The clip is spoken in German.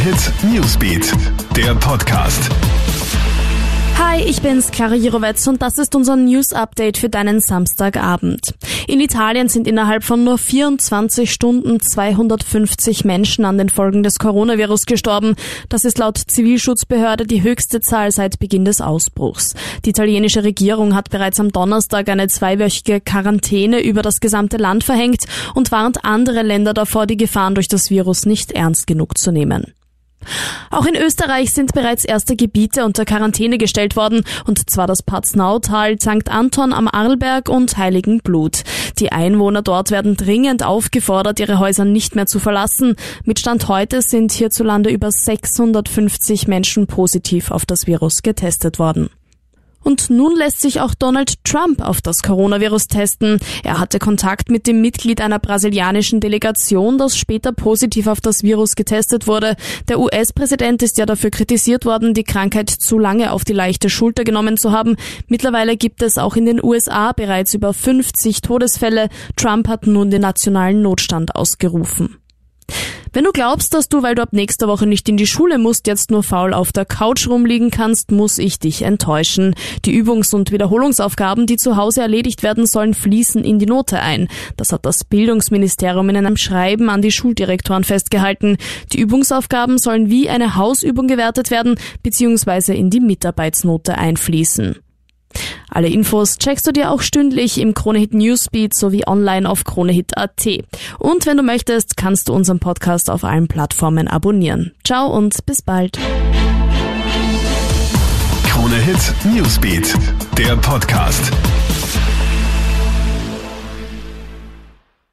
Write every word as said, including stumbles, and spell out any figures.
Hit Newsbeat, der Podcast. Hi, ich bin's, Clara Jirovetz, und das ist unser News-Update für deinen Samstagabend. In Italien sind innerhalb von nur vierundzwanzig Stunden zweihundertfünfzig Menschen an den Folgen des Coronavirus gestorben. Das ist laut Zivilschutzbehörde die höchste Zahl seit Beginn des Ausbruchs. Die italienische Regierung hat bereits am Donnerstag eine zweiwöchige Quarantäne über das gesamte Land verhängt und warnt andere Länder davor, die Gefahren durch das Virus nicht ernst genug zu nehmen. Auch in Österreich sind bereits erste Gebiete unter Quarantäne gestellt worden, und zwar das Paznautal, Sankt Anton am Arlberg und Heiligenblut. Die Einwohner dort werden dringend aufgefordert, ihre Häuser nicht mehr zu verlassen. Mit Stand heute sind hierzulande über sechshundertfünfzig Menschen positiv auf das Virus getestet worden. Und nun lässt sich auch Donald Trump auf das Coronavirus testen. Er hatte Kontakt mit dem Mitglied einer brasilianischen Delegation, das später positiv auf das Virus getestet wurde. Der U S-Präsident ist ja dafür kritisiert worden, die Krankheit zu lange auf die leichte Schulter genommen zu haben. Mittlerweile gibt es auch in den U S A bereits über fünfzig Todesfälle. Trump hat nun den nationalen Notstand ausgerufen. Wenn du glaubst, dass du, weil du ab nächster Woche nicht in die Schule musst, jetzt nur faul auf der Couch rumliegen kannst, muss ich dich enttäuschen. Die Übungs- und Wiederholungsaufgaben, die zu Hause erledigt werden sollen, fließen in die Note ein. Das hat das Bildungsministerium in einem Schreiben an die Schuldirektoren festgehalten. Die Übungsaufgaben sollen wie eine Hausübung gewertet werden bzw. in die Mitarbeitsnote einfließen. Alle Infos checkst du dir auch stündlich im Kronehit Newsbeat sowie online auf kronehit punkt at. Und wenn du möchtest, kannst du unseren Podcast auf allen Plattformen abonnieren. Ciao und bis bald. Kronehit Newsbeat, der Podcast.